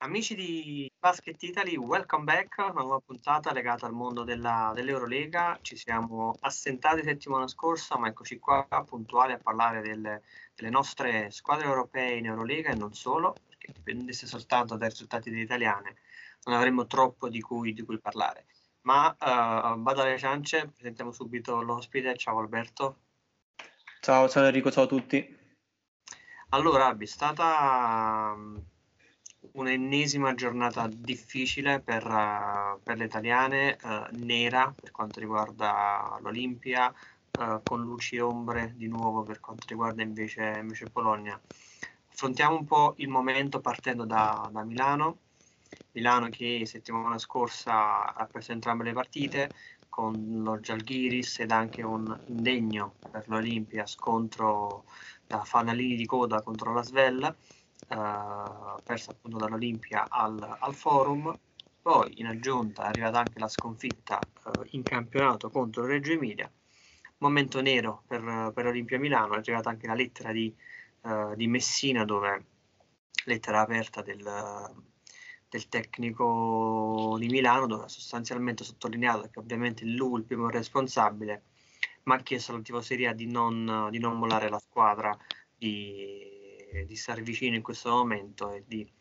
Amici di Basket Italy, welcome back, una nuova puntata legata al mondo dell'Eurolega. Ci siamo assentati settimana scorsa, ma eccoci qua puntuali a parlare delle nostre squadre europee in Eurolega e non solo, perché dipendesse soltanto dai risultati delle italiane, non avremmo troppo di cui parlare. Ma vado alle ciance, presentiamo subito l'ospite. Ciao Alberto. Ciao Enrico, ciao a tutti. Allora, Abbi, è stata un'ennesima giornata difficile per le italiane, nera per quanto riguarda l'Olimpia, con luci e ombre di nuovo per quanto riguarda invece Polonia. Affrontiamo un po' il momento partendo da Milano. Milano che settimana scorsa ha preso entrambe le partite con lo Žalgiris ed anche un indegno per l'Olimpia scontro da fanalini di coda contro la Svel, persa appunto dall'Olimpia al Forum. Poi in aggiunta è arrivata anche la sconfitta in campionato contro il Reggio Emilia. Momento nero per Olimpia Milano, è arrivata anche la lettera di Messina, dove lettera aperta del tecnico di Milano, dove ha sostanzialmente sottolineato che ovviamente lui il primo responsabile, ma ha chiesto alla tifoseria di non mollare la squadra, di stare vicino in questo momento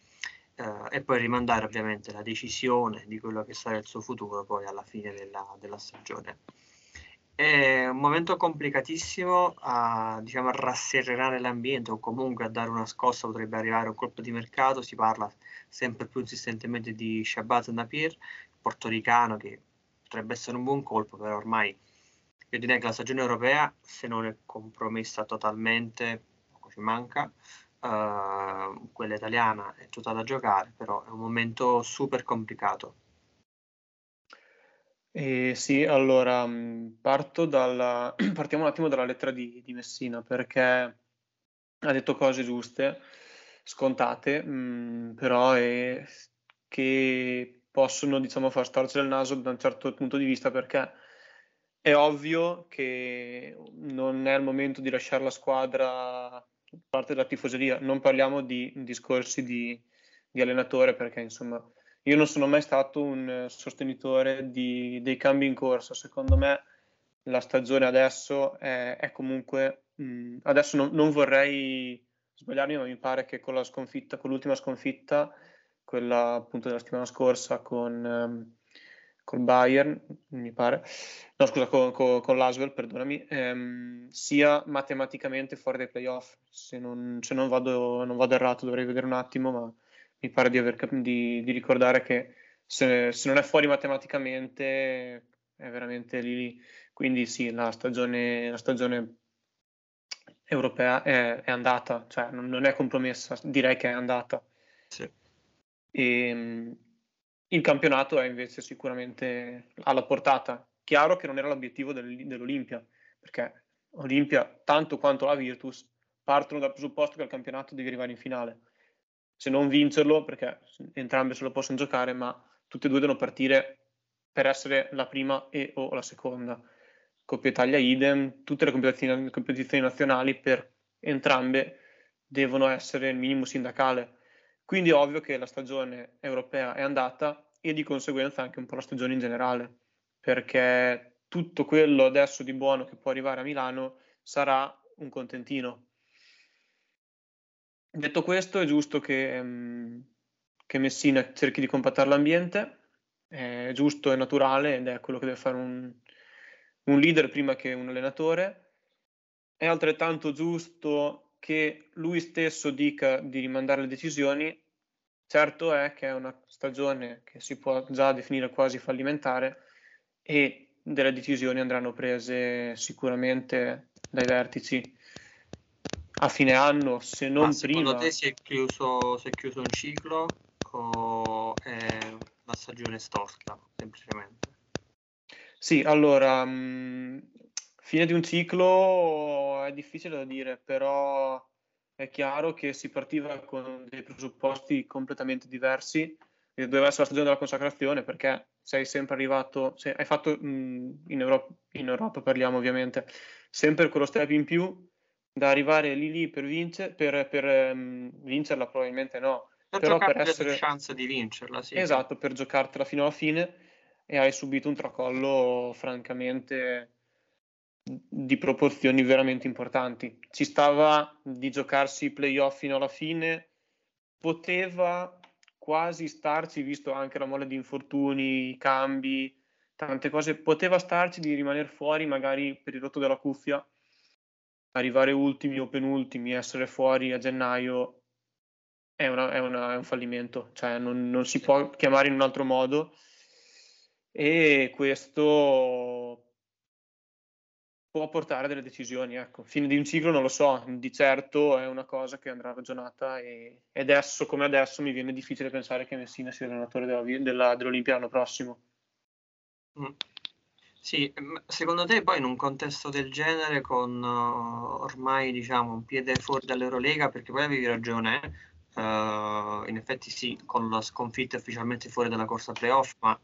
e poi rimandare ovviamente la decisione di quello che sarà il suo futuro poi alla fine della stagione. È un momento complicatissimo a rasserenare l'ambiente, o comunque a dare una scossa. Potrebbe arrivare un colpo di mercato. Si parla sempre più insistentemente di Shabazz Napier, portoricano, che potrebbe essere un buon colpo, però ormai io direi che la stagione europea, se non è compromessa totalmente, poco ci manca. Quella italiana è tutta da giocare, però è un momento super complicato. Sì, allora partiamo un attimo dalla lettera di Messina, perché ha detto cose giuste, scontate, però che possono, diciamo, far storcere il naso da un certo punto di vista, perché è ovvio che non è il momento di lasciare la squadra da parte della tifoseria. Non parliamo di discorsi di allenatore, perché insomma io non sono mai stato un sostenitore dei cambi in corsa. Secondo me la stagione adesso è comunque adesso non vorrei sbagliarmi, ma mi pare che con l'ultima sconfitta, quella appunto della settimana scorsa col Bayern, mi pare, no scusa, con l'Asvel, perdonami, sia matematicamente fuori dai playoff. Se non vado errato, dovrei vedere un attimo, ma mi pare di ricordare che se non è fuori matematicamente è veramente lì. Quindi sì, la stagione europea è andata, cioè non è compromessa, direi che è andata. Sì. Il campionato è invece sicuramente alla portata. Chiaro che non era l'obiettivo dell'Olimpia, perché Olimpia, tanto quanto la Virtus, partono dal presupposto che il campionato deve arrivare in finale. Se non vincerlo, perché entrambe se lo possono giocare, ma tutte e due devono partire per essere la prima o la seconda. Coppa Italia idem, tutte le competizioni nazionali per entrambe devono essere il minimo sindacale. Quindi è ovvio che la stagione europea è andata e di conseguenza anche un po' la stagione in generale, perché tutto quello adesso di buono che può arrivare a Milano sarà un contentino. Detto questo, è giusto che Messina cerchi di compattare l'ambiente, è giusto, è naturale ed è quello che deve fare un leader prima che un allenatore. È altrettanto giusto che lui stesso dica di rimandare le decisioni. Certo è che è una stagione che si può già definire quasi fallimentare e delle decisioni andranno prese sicuramente dai vertici a fine anno, se non Secondo prima. te si è chiuso un ciclo o è una stagione storta, semplicemente? Sì, allora, fine di un ciclo è difficile da dire, però è chiaro che si partiva con dei presupposti completamente diversi e doveva essere la stagione della consacrazione, perché sei sempre arrivato, hai fatto in Europa parliamo ovviamente, sempre quello step in più da arrivare lì per vincerla, probabilmente no, Per però per giocarti le essere... chance di vincerla, sì. Esatto, per giocartela fino alla fine, e hai subito un tracollo francamente di proporzioni veramente importanti. Ci stava di giocarsi i playoff fino alla fine, poteva quasi starci, visto anche la mole di infortuni, i cambi, tante cose, poteva starci di rimanere fuori magari per il rotto della cuffia, arrivare ultimi o penultimi, essere fuori a gennaio è un fallimento, cioè non si può chiamare in un altro modo, e questo può portare a delle decisioni, ecco. Fine di un ciclo non lo so, di certo è una cosa che andrà ragionata, e adesso come adesso mi viene difficile pensare che Messina sia l'allenatore dell'Olimpia l'anno prossimo. Mm. Sì, secondo te poi in un contesto del genere, con ormai diciamo un piede fuori dall'Eurolega, perché poi avevi ragione, in effetti sì, con la sconfitta ufficialmente fuori dalla corsa playoff, ma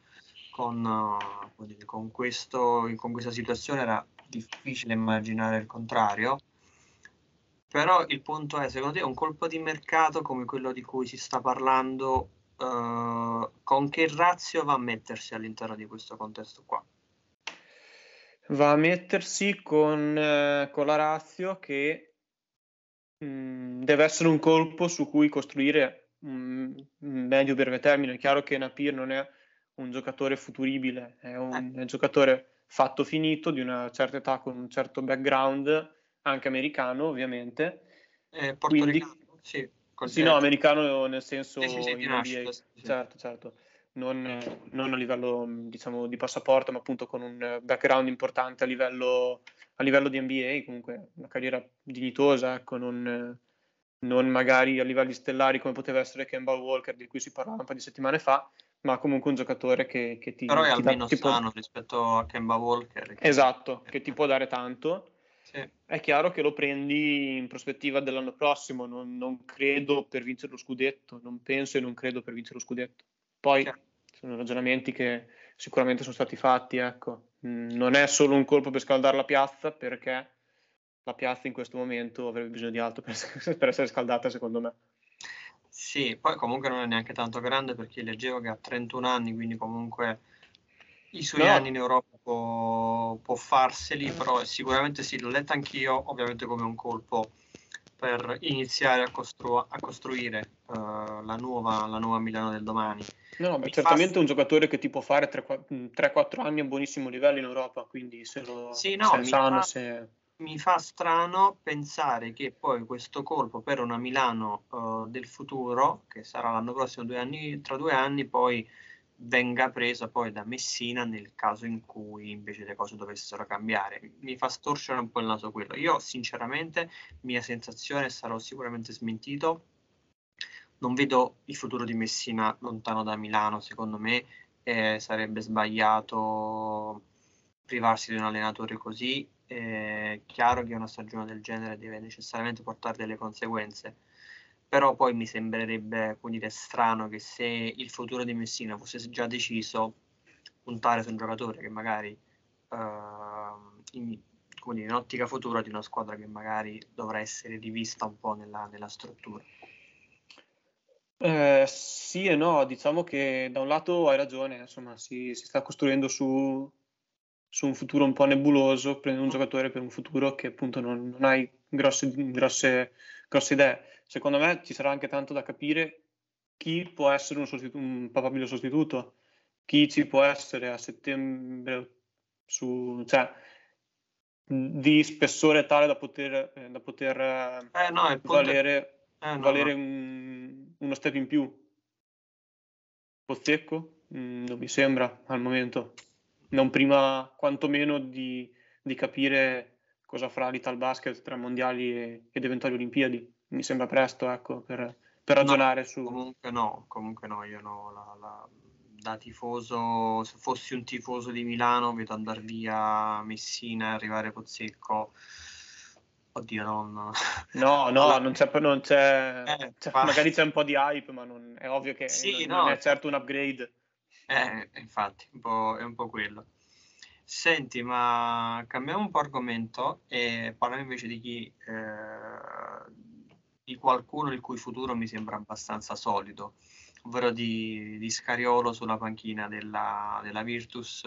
con questa situazione era difficile immaginare il contrario. Però il punto è, secondo te un colpo di mercato come quello di cui si sta parlando, con che ratio va a mettersi all'interno di questo contesto qua? Va a mettersi con la ratio che deve essere un colpo su cui costruire un medio-breve termine. È chiaro che Napier non è un giocatore futuribile, è un giocatore fatto finito, di una certa età, con un certo background, anche americano ovviamente. Quindi, Portoricano, sì, sì, no, cioè, americano nel sì, senso di in nascita, NBA, sì, sì. certo. Non a livello, diciamo, di passaporto, ma appunto con un background importante a livello di NBA, comunque una carriera dignitosa, ecco, non magari a livelli stellari come poteva essere Kemba Walker, di cui si parlava un po' di settimane fa, ma comunque un giocatore che Però è ti dà almeno sano rispetto a Kemba Walker, esatto, che ti può dare tanto. sì. È chiaro che lo prendi in prospettiva dell'anno prossimo, non credo per vincere lo scudetto, non penso e non credo per vincere lo scudetto. Poi Chiaro. sono ragionamenti che sicuramente sono stati fatti, ecco. Non è solo un colpo per scaldare la piazza, perché la piazza in questo momento avrebbe bisogno di altro per essere scaldata, secondo me. Sì, poi comunque non è neanche tanto grande, perché leggevo che ha 31 anni, quindi comunque i suoi anni in No, Europa può farseli, però sicuramente sì, l'ho letta anch'io, ovviamente come un colpo per iniziare a costruire la nuova Milano del domani. no, beh, Mi fa, certamente è un giocatore che ti può fare 3-4 anni a buonissimo livello in Europa, quindi sì, no, se è sano, se... mi fa strano pensare che poi questo colpo per una Milano del futuro, che sarà l'anno prossimo, tra 2 anni, poi venga presa poi da Messina nel caso in cui invece le cose dovessero cambiare. Mi fa storcere un po' il naso quello. Io sinceramente, mia sensazione, sarò sicuramente smentito, non vedo il futuro di Messina lontano da Milano. Secondo me sarebbe sbagliato privarsi di un allenatore così. È chiaro che una stagione del genere deve necessariamente portare delle conseguenze, però poi mi sembrerebbe, come dire, strano che, se il futuro di Messina fosse già deciso, puntare su un giocatore che magari in, come dire, in ottica futura di una squadra che magari dovrà essere rivista un po' nella struttura. Sì e no, diciamo che da un lato hai ragione, insomma, si sta costruendo su un futuro un po' nebuloso, prendere un giocatore per un futuro che appunto non hai grosse idee. Secondo me ci sarà anche tanto da capire chi può essere un papabile sostituto, chi ci può essere a settembre, cioè, di spessore tale da poter No, il punto è... no, no. valere uno step in più. Pozzecco? Non mi sembra al momento. Non prima quantomeno di capire cosa farà l'Italbasket tra mondiali ed eventuali Olimpiadi. Mi sembra presto, ecco, per No, ragionare su... comunque no, io no, da tifoso, se fossi un tifoso di Milano, vedo andare via Messina e arrivare Pozzecco. Oddio, non... No, non la- magari c'è un po' di hype, ma è ovvio che Sì, non no, è certo infatti, un upgrade. infatti, è un po' quello. Senti, ma cambiamo un po' argomento e parliamo invece di chi di qualcuno il cui futuro mi sembra abbastanza solido, ovvero di Scariolo sulla panchina della Virtus,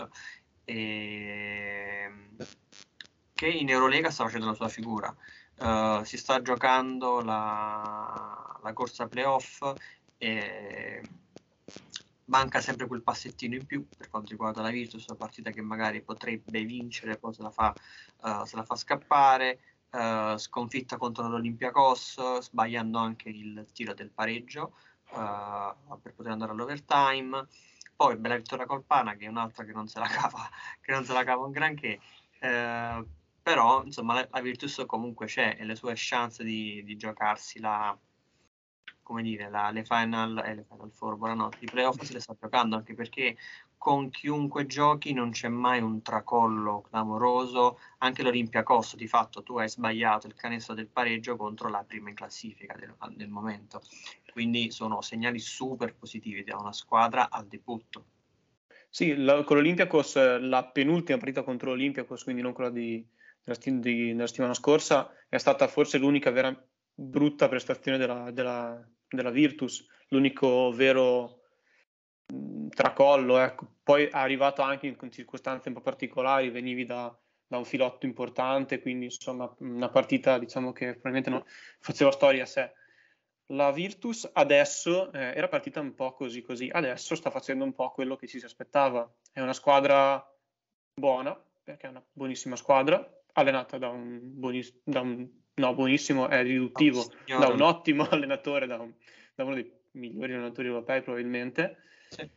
che in Eurolega sta facendo la sua figura. Si sta giocando la corsa playoff e manca sempre quel passettino in più per quanto riguarda la Virtus, una partita che magari potrebbe vincere, poi se la fa scappare. Sconfitta contro l'Olympiacos, sbagliando anche il tiro del pareggio per poter andare all'overtime. Poi bella vittoria col Pana, che è un'altra che non se la cava un granché. Però insomma la Virtus comunque c'è e le sue chance di giocarsi le Final Four, buonanotte, i playoff se le sta giocando, anche perché con chiunque giochi non c'è mai un tracollo clamoroso. Anche l'Olympiacos, di fatto tu hai sbagliato il canestro del pareggio contro la prima in classifica del momento, quindi sono segnali super positivi da una squadra al debutto. Sì, con l'Olympiacos, la penultima partita contro l'Olympiacos, quindi non quella della settimana scorsa, è stata forse l'unica vera brutta prestazione della Virtus, l'unico vero tracollo, ecco. Poi è arrivato anche in circostanze un po' particolari, venivi da un filotto importante, quindi insomma una partita, diciamo, che probabilmente non faceva storia a sé. La Virtus adesso era partita un po' così, adesso sta facendo un po' quello che ci si aspettava. È una squadra buona, perché è una buonissima squadra, allenata da un buonissimo è riduttivo, da un ottimo allenatore, da uno dei migliori allenatori europei probabilmente, sì.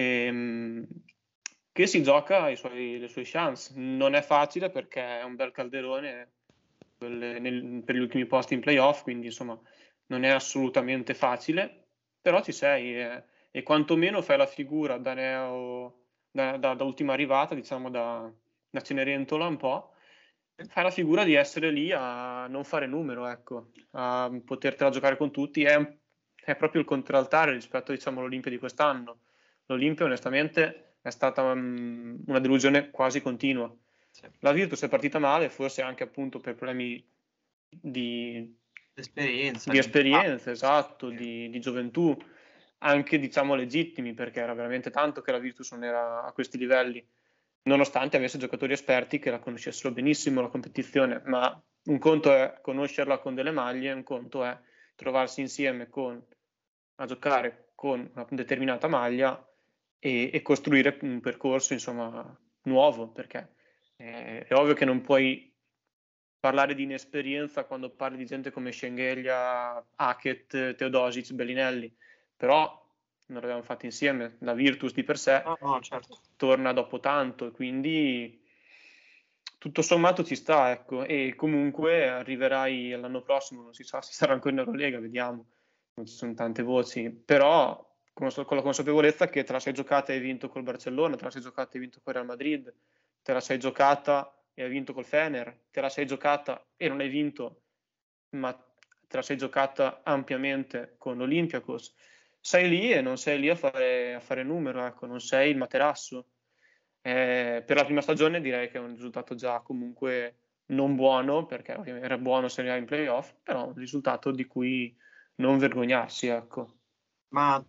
Che si gioca le sue chance. Non è facile perché è un bel calderone per gli ultimi posti in playoff, quindi insomma non è assolutamente facile, però ci sei e quantomeno fai la figura da ultima arrivata, diciamo da Cenerentola un po', fai la figura di essere lì a non fare numero, ecco, a potertela giocare con tutti, è proprio il contraltare rispetto, diciamo, all'Olimpia di quest'anno. L'Olimpia onestamente è stata una delusione quasi continua. Sì. La Virtus è partita male, forse anche appunto per problemi di esperienza, esatto, di gioventù, anche diciamo legittimi, perché era veramente tanto che la Virtus non era a questi livelli, nonostante avesse giocatori esperti che la conoscessero benissimo la competizione, ma un conto è conoscerla con delle maglie, un conto è trovarsi insieme a giocare con una determinata maglia e costruire un percorso insomma nuovo, perché è ovvio che non puoi parlare di inesperienza quando parli di gente come Schengelia, Hackett, Teodosic, Bellinelli, però non l'abbiamo fatto insieme, la Virtus di per sé certo. torna dopo tanto e quindi tutto sommato ci sta, ecco, e comunque arriverai l'anno prossimo, non si sa se sarà ancora in Eurolega, vediamo, non ci sono tante voci, però con la consapevolezza che te la sei giocata e hai vinto col Barcellona, te la sei giocata e hai vinto col Real Madrid, te la sei giocata e hai vinto col Fener, te la sei giocata e non hai vinto, ma te la sei giocata ampiamente con l'Olympiacos. Sei lì e non sei lì a fare numero, ecco, non sei il materasso. Per la prima stagione direi che è un risultato già comunque non buono, perché ovviamente era buono se ne in playoff, però un risultato di cui non vergognarsi, ecco. Ma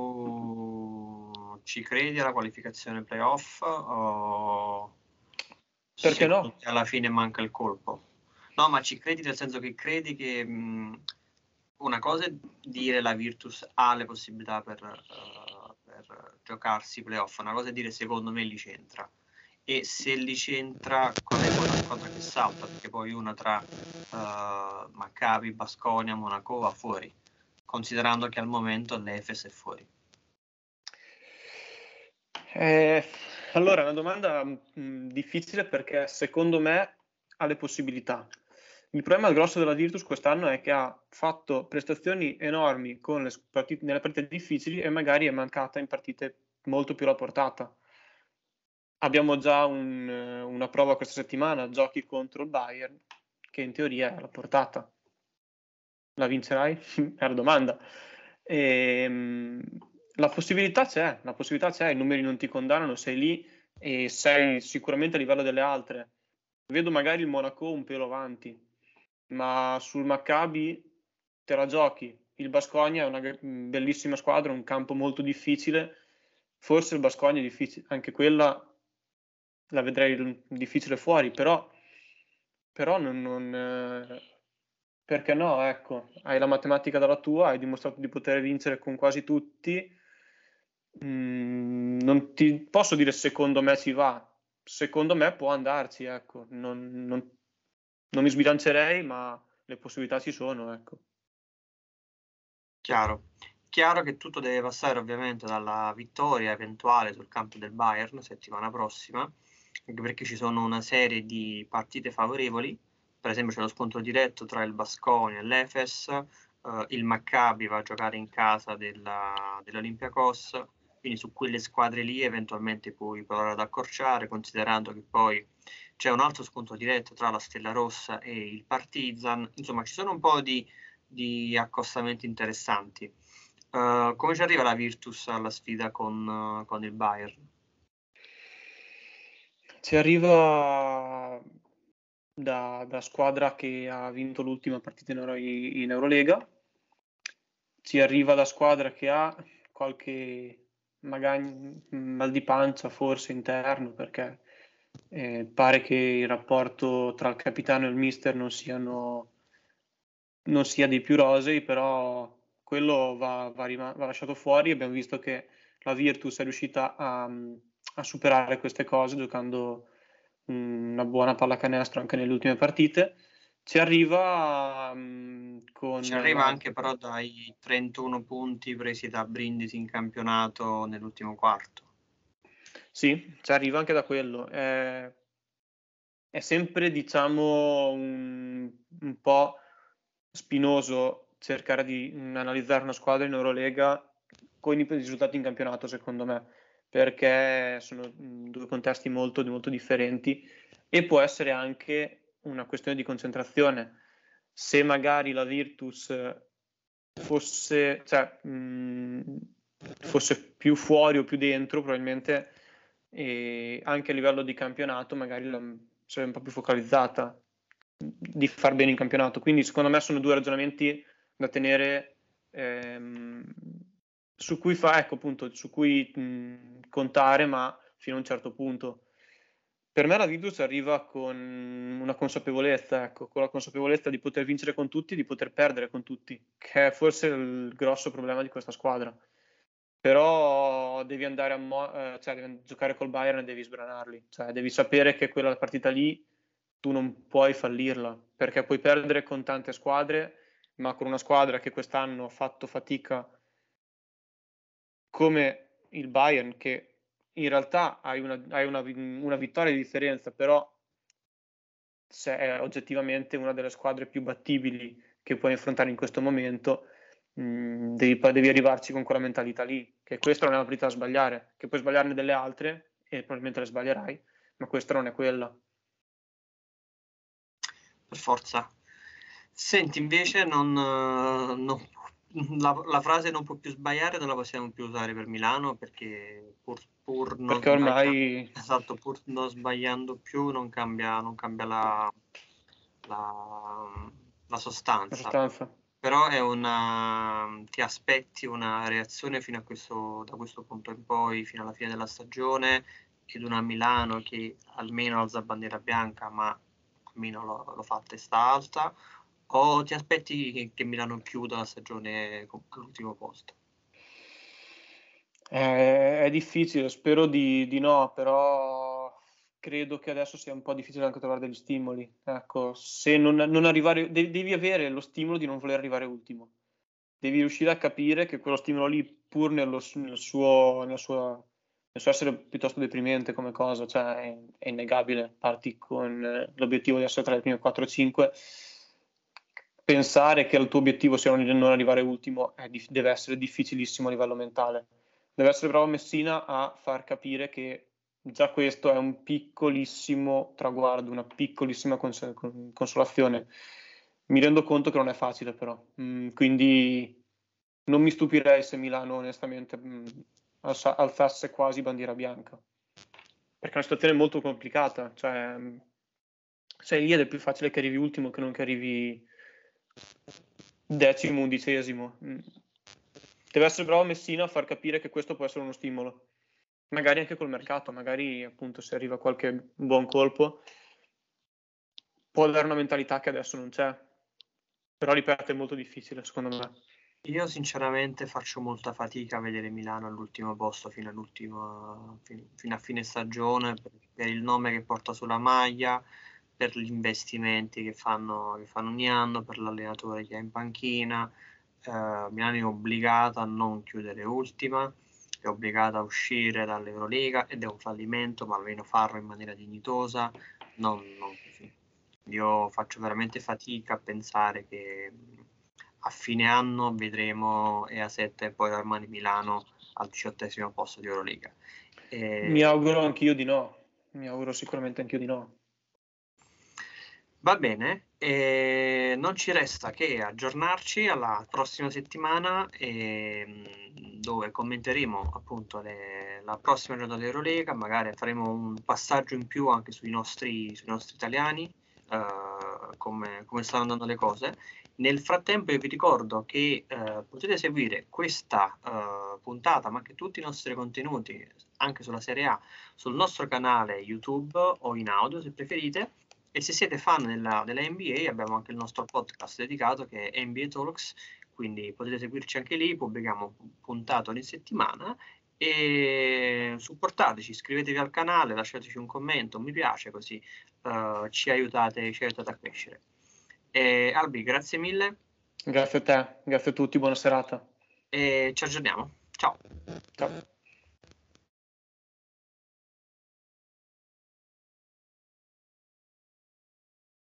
tu ci credi alla qualificazione playoff o Perché secondo no? te alla fine manca il colpo? No, ma ci credi nel senso che credi che una cosa è dire la Virtus ha le possibilità per giocarsi playoff, una cosa è dire secondo me li c'entra. E se li c'entra, qual è quella squadra che salta? Perché poi una tra Maccabi, Baskonia, Monaco va fuori, considerando che al momento l'Efes è fuori. Allora, è una domanda difficile perché secondo me ha le possibilità. Il problema grosso della Virtus quest'anno è che ha fatto prestazioni enormi nelle partite difficili e magari è mancata in partite molto più alla portata. Abbiamo già una prova questa settimana, giochi contro il Bayern, che in teoria è alla portata. La vincerai? È la domanda. La possibilità c'è, i numeri non ti condannano, sei lì e sei sicuramente a livello delle altre. Vedo magari il Monaco un pelo avanti, ma sul Maccabi te la giochi. Il Baskonia è una bellissima squadra, un campo molto difficile. Forse il Baskonia è difficile, anche quella la vedrei difficile fuori, però perché no? Ecco, hai la matematica dalla tua, hai dimostrato di poter vincere con quasi tutti. Non ti posso dire secondo me ci va, secondo me può andarci, ecco. Non mi sbilancerei, ma le possibilità ci sono, ecco. Chiaro che tutto deve passare ovviamente dalla vittoria eventuale sul campo del Bayern settimana prossima, anche perché ci sono una serie di partite favorevoli, per esempio c'è lo scontro diretto tra il Baskonia e l'Efes, il Maccabi va a giocare in casa dell'Olympiakos, quindi su quelle squadre lì eventualmente puoi provare ad accorciare, considerando che poi c'è un altro scontro diretto tra la Stella Rossa e il Partizan, insomma ci sono un po' di accostamenti interessanti. Come ci arriva la Virtus alla sfida con il Bayern? Ci arriva da squadra che ha vinto l'ultima partita in Eurolega, ci arriva da squadra che ha qualche magari mal di pancia forse interno, perché pare che il rapporto tra il capitano e il mister non sia dei più rosei, però quello va lasciato fuori. Abbiamo visto che la Virtus è riuscita a superare queste cose giocando una buona pallacanestro anche nelle ultime partite. Ci arriva Ci arriva anche però dai 31 punti presi da Brindisi in campionato nell'ultimo quarto. Sì, ci arriva anche da quello. È sempre, diciamo, un po' spinoso cercare di analizzare una squadra in Eurolega con i risultati in campionato, secondo me, perché sono due contesti molto, molto differenti e può essere anche una questione di concentrazione. Se magari la Virtus fosse più fuori o più dentro, probabilmente anche a livello di campionato magari sarebbe un po' più focalizzata di far bene in campionato. Quindi secondo me sono due ragionamenti da tenere su cui contare, ma fino a un certo punto. Per me la Virtus arriva con una consapevolezza, ecco, con la consapevolezza di poter vincere con tutti e di poter perdere con tutti, che è forse il grosso problema di questa squadra. Però devi andare devi giocare col Bayern e devi sbranarli, cioè devi sapere che quella partita lì tu non puoi fallirla, perché puoi perdere con tante squadre, ma con una squadra che quest'anno ha fatto fatica come il Bayern, che in realtà hai una vittoria di differenza, però se è oggettivamente una delle squadre più battibili che puoi affrontare in questo momento, devi arrivarci con quella mentalità lì, che questa non è una partita da sbagliare, che puoi sbagliarne delle altre e probabilmente le sbaglierai, ma questa non è quella. Per forza. Senti, invece la frase non può più sbagliare non la possiamo più usare per Milano perché pur non Perché sbagliando, ormai esatto, pur non sbagliando più non cambia la la sostanza. sostanza. Però ti aspetti una reazione da questo punto in poi, fino alla fine della stagione, ed una Milano che almeno alza bandiera bianca, ma almeno lo fa a testa alta, o ti aspetti che Milano chiuda la stagione all'ultimo posto? È difficile, spero di no, però credo che adesso sia un po' difficile anche trovare degli stimoli. Ecco, se non arrivare, devi avere lo stimolo di non voler arrivare ultimo. Devi riuscire a capire che quello stimolo lì, pur nel suo essere piuttosto deprimente come cosa, cioè è innegabile, parti con l'obiettivo di essere tra le prime 4-5, pensare che il tuo obiettivo sia non arrivare ultimo deve essere difficilissimo a livello mentale. Deve essere bravo Messina a far capire che già questo è un piccolissimo traguardo, una piccolissima consolazione. Mi rendo conto che non è facile però, quindi non mi stupirei se Milano onestamente alzasse quasi bandiera bianca, perché è una situazione molto complicata, cioè sei lì ed è più facile che arrivi ultimo che non che arrivi 10º, 11º. Deve essere bravo Messina a far capire che questo può essere uno stimolo. Magari anche col mercato, magari appunto se arriva qualche buon colpo può dare una mentalità che adesso non c'è. Però ripeto, è molto difficile secondo me. Io sinceramente faccio molta fatica a vedere Milano all'ultimo posto fino a fine stagione per il nome che porta sulla maglia, per gli investimenti che fanno ogni anno, per l'allenatore che è in panchina. Milano è obbligata a non chiudere ultima, è obbligata a uscire dall'Euroliga ed è un fallimento, ma almeno farlo in maniera dignitosa, non così. Io faccio veramente fatica a pensare che a fine anno vedremo EA7 e poi Armani Milano al 18° posto di Euroliga. Mi auguro anch'io di no, mi auguro sicuramente anch'io di no. Va bene, non ci resta che aggiornarci alla prossima settimana dove commenteremo appunto la prossima giornata dell'Eurolega, magari faremo un passaggio in più anche sui nostri italiani, come stanno andando le cose. Nel frattempo io vi ricordo che potete seguire questa puntata, ma anche tutti i nostri contenuti, anche sulla Serie A, sul nostro canale YouTube o in audio se preferite. E se siete fan della NBA abbiamo anche il nostro podcast dedicato che è NBA Talks, quindi potete seguirci anche lì, pubblichiamo puntate ogni settimana e supportateci, iscrivetevi al canale, lasciateci un commento, un mi piace, così ci aiutate a crescere. Albi, grazie mille. Grazie a te, grazie a tutti, buona serata. E ci aggiorniamo. Ciao. Ciao.